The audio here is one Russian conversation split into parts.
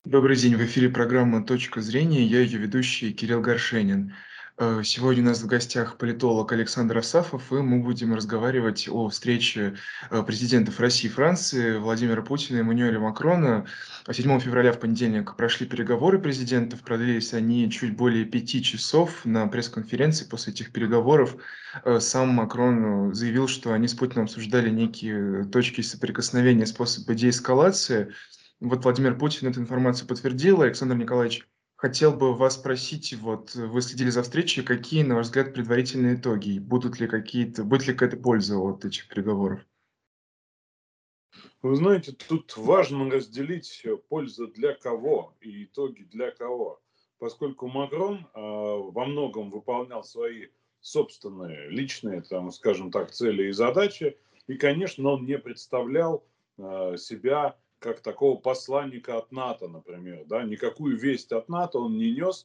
Добрый день, в эфире программа «Точка зрения». Я ее ведущий Кирилл Горшенин. Сегодня у нас в гостях политолог Александр Асафов, и мы будем разговаривать о встрече президентов России и Франции Владимира Путина и Эммануэля Макрона. 7 февраля в понедельник прошли переговоры президентов, продлились они чуть более 5 часов. На пресс-конференции после этих переговоров сам Макрон заявил, что они с Путиным обсуждали некие точки соприкосновения, способы деэскалации. Вот Владимир Путин эту информацию подтвердил. Александр Николаевич, хотел бы вас спросить, вот вы следили за встречей, какие, на ваш взгляд, предварительные итоги? И будет ли какая-то польза от этих переговоров? Вы знаете, тут важно разделить пользу для кого и итоги для кого. Поскольку Макрон во многом выполнял свои собственные личные, там, скажем так, цели и задачи, и, конечно, он не представлял себя как такого посланника от НАТО, например. Да? Никакую весть от НАТО он не нес,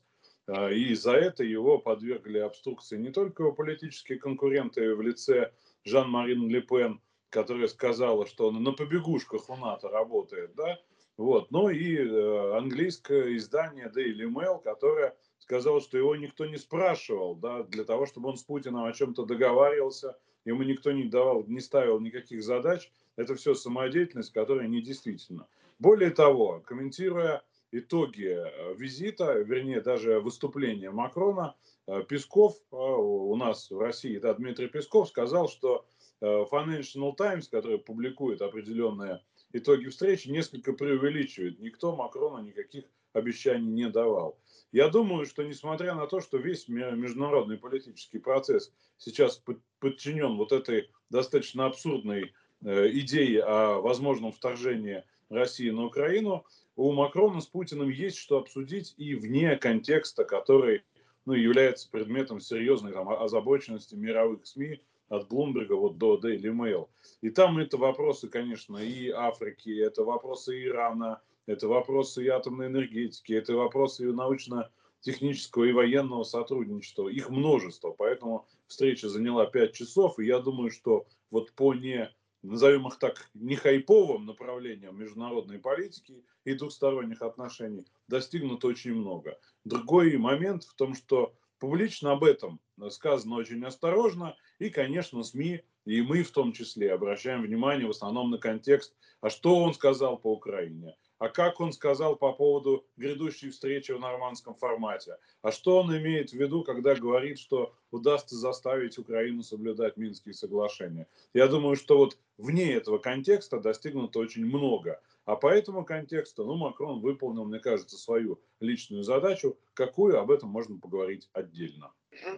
и за это его подвергли обструкции не только его политические конкуренты в лице Жан-Марин Ле Пен, которая сказала, что он на побегушках у НАТО работает, да, вот, но и английское издание Daily Mail, которое сказало, что его никто не спрашивал, да, для того, чтобы он с Путиным о чем-то договаривался, ему никто не давал, не ставил никаких задач, это все самодеятельность, которая недействительна. Более того, комментируя итоги визита, вернее, даже выступления Макрона, Песков, у нас в России, да, Дмитрий Песков сказал, что Financial Times, который публикует определенные итоги встречи, несколько преувеличивает. Никто Макрону никаких обещаний не давал. Я думаю, что несмотря на то, что весь международный политический процесс сейчас подчинен вот этой достаточно абсурдной идее о возможном вторжении России на Украину, у Макрона с Путиным есть что обсудить и вне контекста, который, ну, является предметом серьезной там, озабоченности мировых СМИ, от Блумберга вот до Daily Mail. И там это вопросы, конечно, и Африки, это вопросы Ирана, это вопросы и атомной энергетики, это вопросы и научно-технического и военного сотрудничества. Их множество, поэтому встреча заняла 5 часов, и я думаю, что вот по не, назовем их так, не хайповым направлениям международной политики и двухсторонних отношений достигнуто очень много. Другой момент в том, что публично об этом сказано очень осторожно, и, конечно, СМИ, и мы в том числе, обращаем внимание в основном на контекст, а что он сказал по Украине, а как он сказал по поводу грядущей встречи в нормандском формате, а что он имеет в виду, когда говорит, что удастся заставить Украину соблюдать Минские соглашения. Я думаю, что вот вне этого контекста достигнуто очень много. А по этому контексту, ну, Макрон выполнил, мне кажется, свою личную задачу. Какую, об этом можно поговорить отдельно.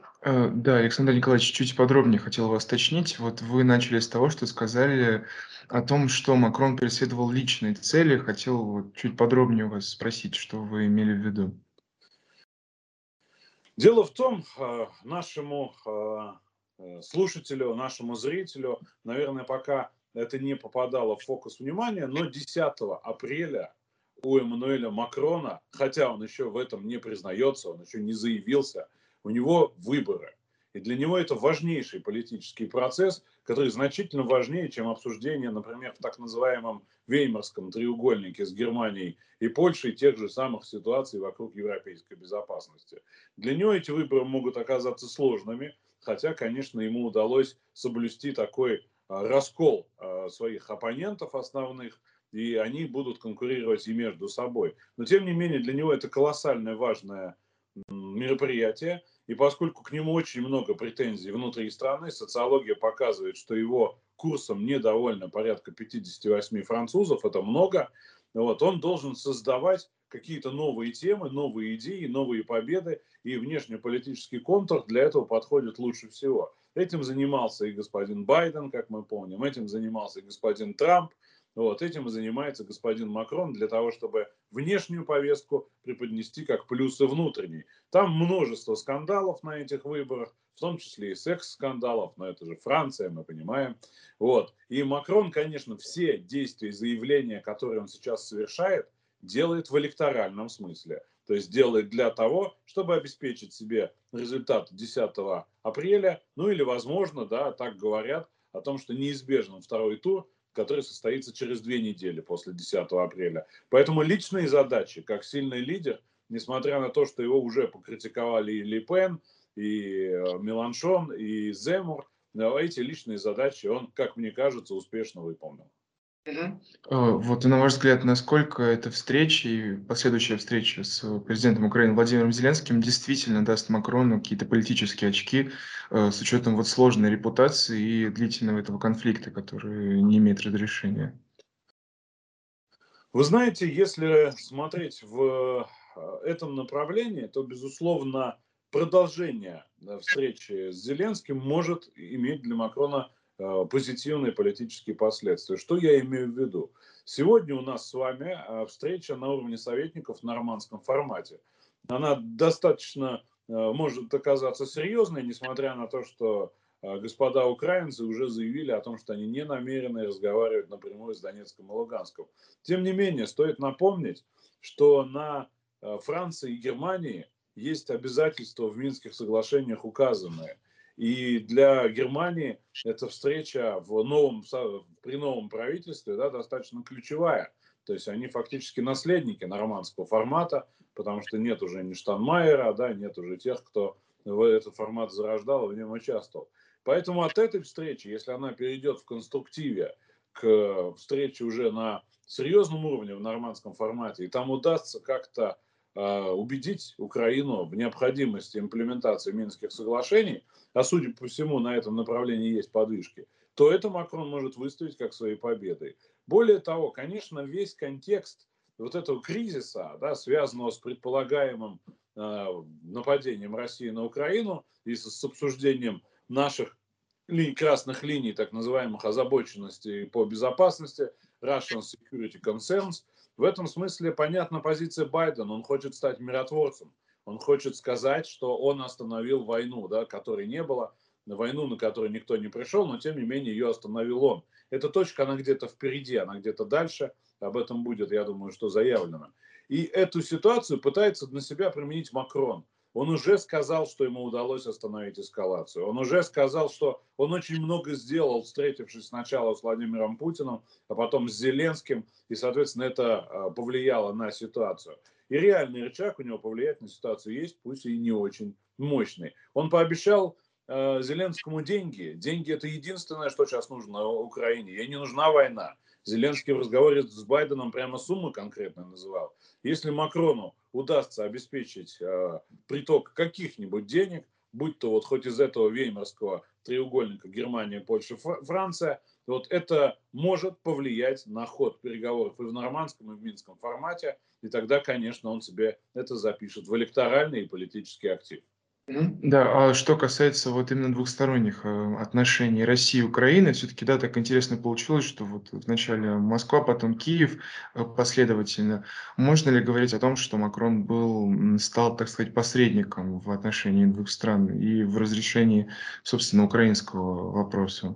Да, Александр Николаевич, чуть подробнее хотел вас уточнить. Вот вы начали с того, что сказали о том, что Макрон преследовал личные цели. Хотел вот чуть подробнее у вас спросить, что вы имели в виду. Дело в том, нашему слушателю, нашему зрителю, наверное, пока это не попадало в фокус внимания, но 10 апреля у Эммануэля Макрона, хотя он еще в этом не признается, он еще не заявился, у него выборы. И для него это важнейший политический процесс, который значительно важнее, чем обсуждение, например, в так называемом Веймарском треугольнике с Германией и Польшей тех же самых ситуаций вокруг европейской безопасности. Для него эти выборы могут оказаться сложными, хотя, конечно, ему удалось соблюсти такой раскол своих оппонентов основных, и они будут конкурировать и между собой. Но, тем не менее, для него это колоссальное важное мероприятие, и поскольку к нему очень много претензий внутри страны, социология показывает, что его курсом недовольно порядка 58 французов, это много, вот, он должен создавать какие-то новые темы, новые идеи, новые победы, и внешнеполитический контур для этого подходит лучше всего. Этим занимался и господин Байден, как мы помним, этим занимался и господин Трамп, вот, этим и занимается господин Макрон для того, чтобы внешнюю повестку преподнести как плюсы внутренней. Там множество скандалов на этих выборах, в том числе и секс-скандалов, но это же Франция, мы понимаем. Вот. И Макрон, конечно, все действия и заявления, которые он сейчас совершает, делает в электоральном смысле. То есть делает для того, чтобы обеспечить себе результат 10 апреля, ну или, возможно, да, так говорят, о том, что неизбежен второй тур, который состоится через 2 недели после 10 апреля. Поэтому личные задачи, как сильный лидер, несмотря на то, что его уже покритиковали и Ле Пен, и Меланшон, и Земур, но эти личные задачи он, как мне кажется, успешно выполнил. Мгм. Вот, на ваш взгляд, насколько эта встреча и последующая встреча с президентом Украины Владимиром Зеленским действительно даст Макрону какие-то политические очки, с учетом вот сложной репутации и длительного этого конфликта, который не имеет разрешения? Вы знаете, если смотреть в этом направлении, то, безусловно, продолжение встречи с Зеленским может иметь для Макрона позитивные политические последствия. Что я имею в виду? Сегодня у нас с вами встреча на уровне советников в нормандском формате. Она достаточно может оказаться серьезной, несмотря на то, что господа украинцы уже заявили о том, что они не намерены разговаривать напрямую с Донецком и Луганском. Тем не менее, стоит напомнить, что на Франции и Германии есть обязательства в Минских соглашениях указанные. И для Германии эта встреча при новом правительстве, да, достаточно ключевая. То есть они фактически наследники нормандского формата, потому что нет уже ни Штайнмайера, да, нет уже тех, кто этот формат зарождал и в нем участвовал. Поэтому от этой встречи, если она перейдет в конструктиве к встрече уже на серьезном уровне в нормандском формате, и там удастся как-то убедить Украину в необходимости имплементации Минских соглашений, а судя по всему на этом направлении есть подвижки, то это Макрон может выставить как своей победой. Более того, конечно, весь контекст вот этого кризиса, да, связанного с предполагаемым нападением России на Украину и с обсуждением наших красных линий, так называемых озабоченностей по безопасности, Russian Security Concerns. В этом смысле понятна позиция Байдена. Он хочет стать миротворцем. Он хочет сказать, что он остановил войну, да, которой не было, войну, на которую никто не пришел, но тем не менее ее остановил он. Эта точка, она где-то впереди, она где-то дальше. Об этом будет, я думаю, что заявлено. И эту ситуацию пытается на себя применить Макрон. Он уже сказал, что ему удалось остановить эскалацию. Он уже сказал, что он очень много сделал, встретившись сначала с Владимиром Путиным, а потом с Зеленским, и, соответственно, это повлияло на ситуацию. И реальный рычаг у него повлиять на ситуацию есть, пусть и не очень мощный. Он пообещал Зеленскому деньги. Деньги – это единственное, что сейчас нужно Украине. Ей не нужна война. Зеленский в разговоре с Байденом прямо суммы конкретно называл. Если Макрону удастся обеспечить приток каких-нибудь денег, будь то вот хоть из этого веймарского треугольника Германия, Польша, Франция, вот это может повлиять на ход переговоров и в нормандском, и в минском формате, и тогда, конечно, он себе это запишет в электоральный и политический актив. Да, а что касается вот именно двухсторонних, отношений России и Украины, все таки да, так интересно получилось, что вот вначале Москва, потом Киев, последовательно. Можно ли говорить о том, что Макрон стал, так сказать, посредником в отношении двух стран и в разрешении, собственно, украинского вопроса?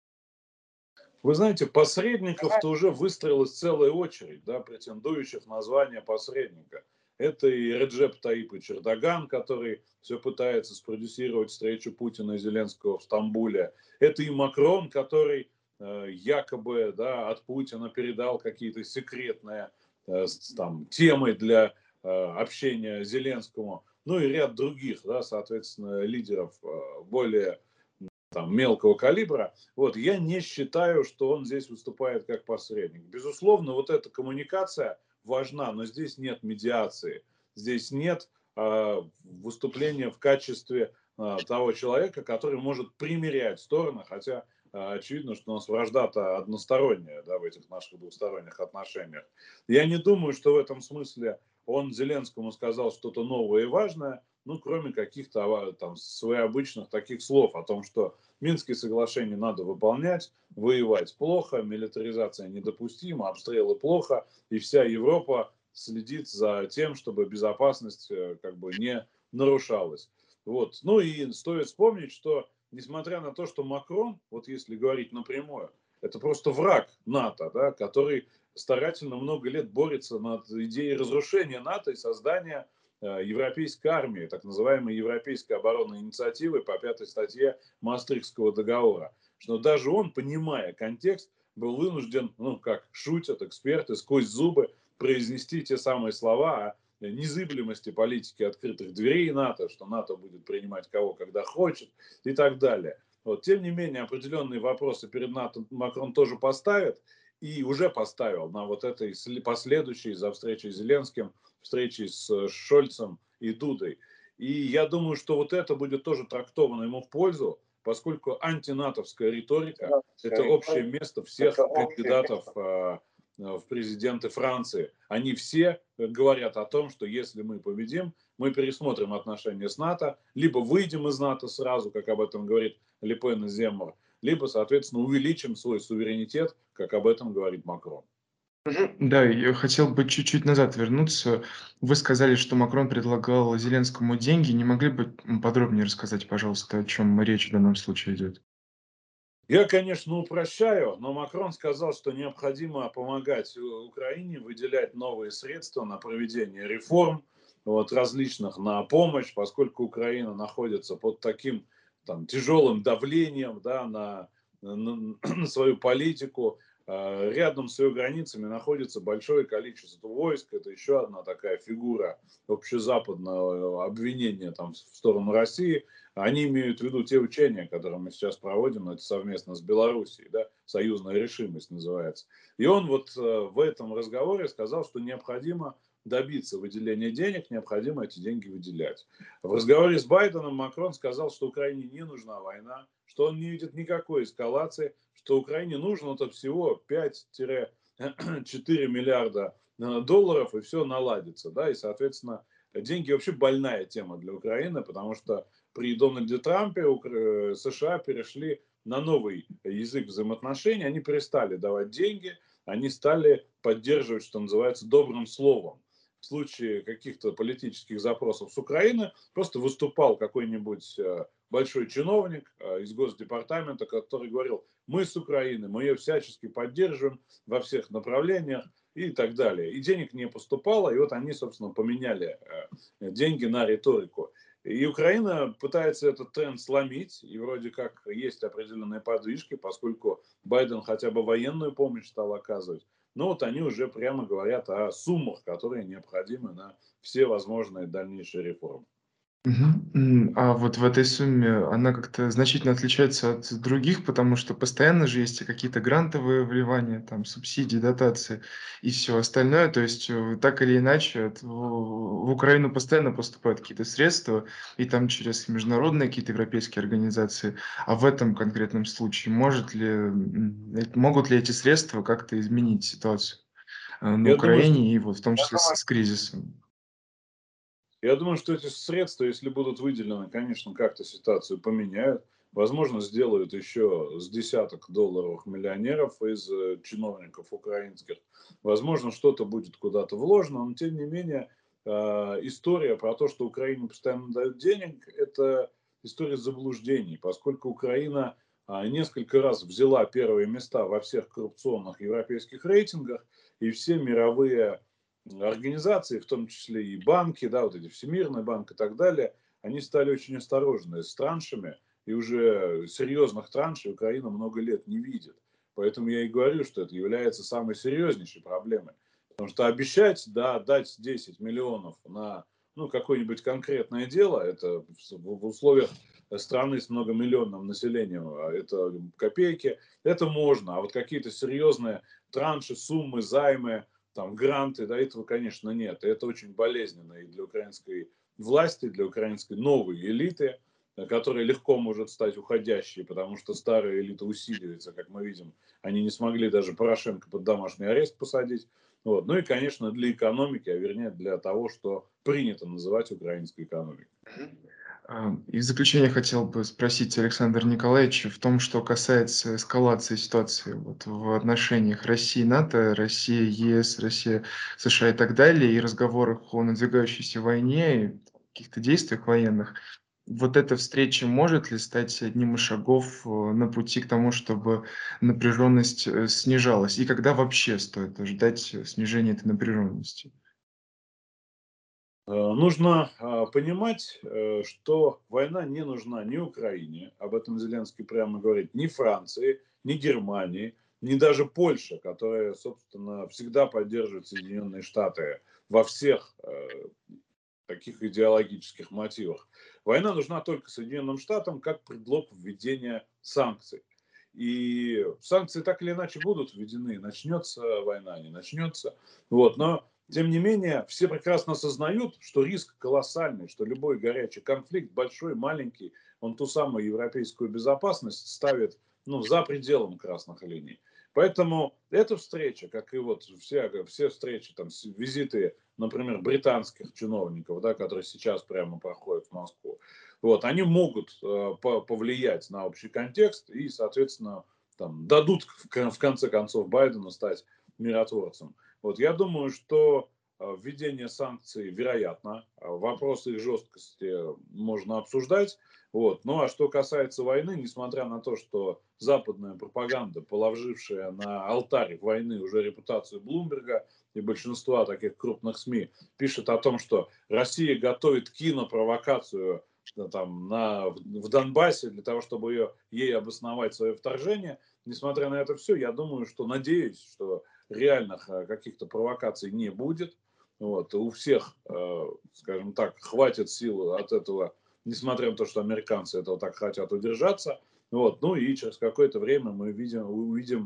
Вы знаете, посредников-то уже выстроилась целая очередь, да, претендующих на звание посредника. Это и Реджеп Таип Эрдоган, который все пытается спродюсировать встречу Путина и Зеленского в Стамбуле. Это и Макрон, который якобы, да, от Путина передал какие-то секретные там, темы для общения Зеленскому. Ну и ряд других, да, соответственно, лидеров более там, мелкого калибра, вот, я не считаю, что он здесь выступает как посредник. Безусловно, вот эта коммуникация важна, но здесь нет медиации, здесь нет выступления в качестве того человека, который может примирять стороны, хотя очевидно, что у нас вражда-то односторонняя, да, в этих наших двусторонних отношениях. Я не думаю, что в этом смысле он Зеленскому сказал что-то новое и важное, ну, кроме каких-то там своеобычных таких слов о том, что Минские соглашения надо выполнять, воевать плохо, милитаризация недопустима, обстрелы плохо, и вся Европа следит за тем, чтобы безопасность как бы не нарушалась. Вот. Ну и стоит вспомнить, что несмотря на то, что Макрон, вот если говорить напрямую, это просто враг НАТО, да, который старательно много лет борется над идеей разрушения НАТО и создания европейской армии, так называемой Европейской оборонной инициативы по 5 статье Маастрихтского договора. Что даже он, понимая контекст, был вынужден, ну, как шутят эксперты, сквозь зубы произнести те самые слова о незыблемости политики открытых дверей НАТО, что НАТО будет принимать кого, когда хочет и так далее. Вот. Тем не менее, определенные вопросы перед НАТО Макрон тоже поставит и уже поставил на вот этой последующей за встречей с Зеленским, встречей с Шольцем и Дудой. И я думаю, что вот это будет тоже трактовано ему в пользу, поскольку антинатовская риторика – это общее место всех кандидатов в президенты Франции. Они все говорят о том, что если мы победим, мы пересмотрим отношения с НАТО, либо выйдем из НАТО сразу, как об этом говорит Ле Пен и Земмур, либо, соответственно, увеличим свой суверенитет, как об этом говорит Макрон. Да, я хотел бы чуть-чуть назад вернуться. Вы сказали, что Макрон предлагал Зеленскому деньги. Не могли бы подробнее рассказать, пожалуйста, о чем речь в данном случае идет? Я, конечно, упрощаю, но Макрон сказал, что необходимо помогать Украине выделять новые средства на проведение реформ, вот, различных, на помощь, поскольку Украина находится под таким там, тяжелым давлением, да, на свою политику. Рядом с ее границами находится большое количество войск. Это еще одна такая фигура общезападного обвинения там, в сторону России. Они имеют в виду те учения, которые мы сейчас проводим, это совместно с Белоруссией, да, союзная решимость называется. И он вот в этом разговоре сказал, что необходимо добиться выделения денег, необходимо эти деньги выделять. В разговоре с Байденом Макрон сказал, что Украине не нужна война, что он не видит никакой эскалации, что Украине нужно это всего 5-4 миллиарда долларов, и все наладится. Да, и, соответственно, деньги вообще больная тема для Украины, потому что при Дональде Трампе США перешли на новый язык взаимоотношений, они перестали давать деньги, они стали поддерживать, что называется, добрым словом. В случае каких-то политических запросов с Украины просто выступал какой-нибудь большой чиновник из Госдепартамента, который говорил, мы с Украиной, мы ее всячески поддерживаем во всех направлениях и так далее. И денег не поступало, и вот они, собственно, поменяли деньги на риторику. И Украина пытается этот тренд сломить, и вроде как есть определенные подвижки, поскольку Байден хотя бы военную помощь стал оказывать. Но вот они уже прямо говорят о суммах, которые необходимы на все возможные дальнейшие реформы. Мгм. А вот в этой сумме она как-то значительно отличается от других, потому что постоянно же есть и какие-то грантовые вливания, там субсидии, дотации и все остальное. То есть, так или иначе в Украину постоянно поступают какие-то средства, и там через международные какие-то европейские организации. А в этом конкретном случае могут ли эти средства как-то изменить ситуацию, на Я думаю, что Украине и вот в том числе с кризисом? Я думаю, что эти средства, если будут выделены, конечно, как-то ситуацию поменяют. Возможно, сделают еще с десяток долларовых миллионеров из чиновников украинских. Возможно, что-то будет куда-то вложено, но тем не менее история про то, что Украине постоянно дают денег, это история заблуждений, поскольку Украина несколько раз взяла первые места во всех коррупционных европейских рейтингах, и все мировые организации, в том числе и банки, да, вот эти Всемирный банк и так далее, они стали очень осторожны с траншами, и уже серьезных траншей Украина много лет не видит. Поэтому я и говорю, что это является самой серьезнейшей проблемой. Потому что обещать, да, дать 10 миллионов на ну, какое-нибудь конкретное дело, это в условиях страны с многомиллионным населением, это копейки, это можно. А вот какие-то серьезные транши, суммы, займы, там, гранты, да, этого, конечно, нет. И это очень болезненно и для украинской власти, для украинской новой элиты, которая легко может стать уходящей, потому что старая элита усиливается, как мы видим. Они не смогли даже Порошенко под домашний арест посадить. Вот. Ну и, конечно, для экономики, а вернее для того, что принято называть украинской экономикой. И в заключение хотел бы спросить Александра Николаевича в том, что касается эскалации ситуации вот в отношениях России, НАТО, России, ЕС, Россия, США и так далее, и разговорах о надвигающейся войне, и каких-то действиях военных. Вот эта встреча может ли стать одним из шагов на пути к тому, чтобы напряженность снижалась? И когда вообще стоит ожидать снижения этой напряженности? Нужно понимать, что война не нужна ни Украине, об этом Зеленский прямо говорит, ни Франции, ни Германии, не даже Польша, которая, собственно, всегда поддерживает Соединенные Штаты во всех таких идеологических мотивах. Война нужна только Соединенным Штатам как предлог введения санкций. И санкции так или иначе будут введены, начнется война, не начнется. Вот. Но, тем не менее, все прекрасно осознают, что риск колоссальный, что любой горячий конфликт, большой, маленький, он ту самую европейскую безопасность ставит за пределом красных линий. Поэтому эта встреча, как и вот все встречи, там, визиты, например, британских чиновников, да, которые сейчас прямо проходят в Москву, вот, они могут повлиять на общий контекст и, соответственно, там, дадут в конце концов Байдену стать миротворцем. Вот, я думаю, что введение санкций вероятно, вопросы их жесткости можно обсуждать. Вот. Ну а что касается войны, несмотря на то, что западная пропаганда, положившая на алтарь войны уже репутацию Блумберга и большинства таких крупных СМИ, пишет о том, что Россия готовит кинопровокацию в Донбассе для того, чтобы ей обосновать свое вторжение. Несмотря на это все, я думаю, что надеюсь, что реальных каких-то провокаций не будет. Вот. У всех, скажем так, хватит сил от этого, несмотря на то, что американцы этого так хотят удержаться. Вот. Ну и через какое-то время мы увидим,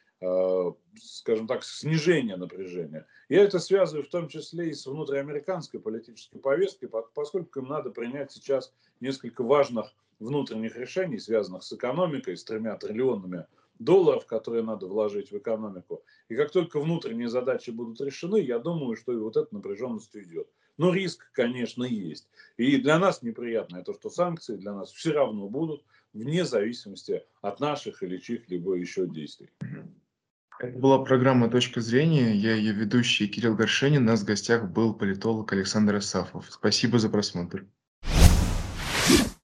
скажем так, снижение напряжения. Я это связываю в том числе и с внутриамериканской политической повесткой, поскольку им надо принять сейчас несколько важных внутренних решений, связанных с экономикой, с 3 триллионами долларов, которые надо вложить в экономику. И как только внутренние задачи будут решены, я думаю, что и вот эта напряженность уйдет. Но риск, конечно, есть. И для нас неприятно то, что санкции для нас все равно будут, вне зависимости от наших или чьих-либо еще действий. Это была программа «Точка зрения». Я ее ведущий Кирилл Горшенин. У нас в гостях был политолог Александр Асафов. Спасибо за просмотр.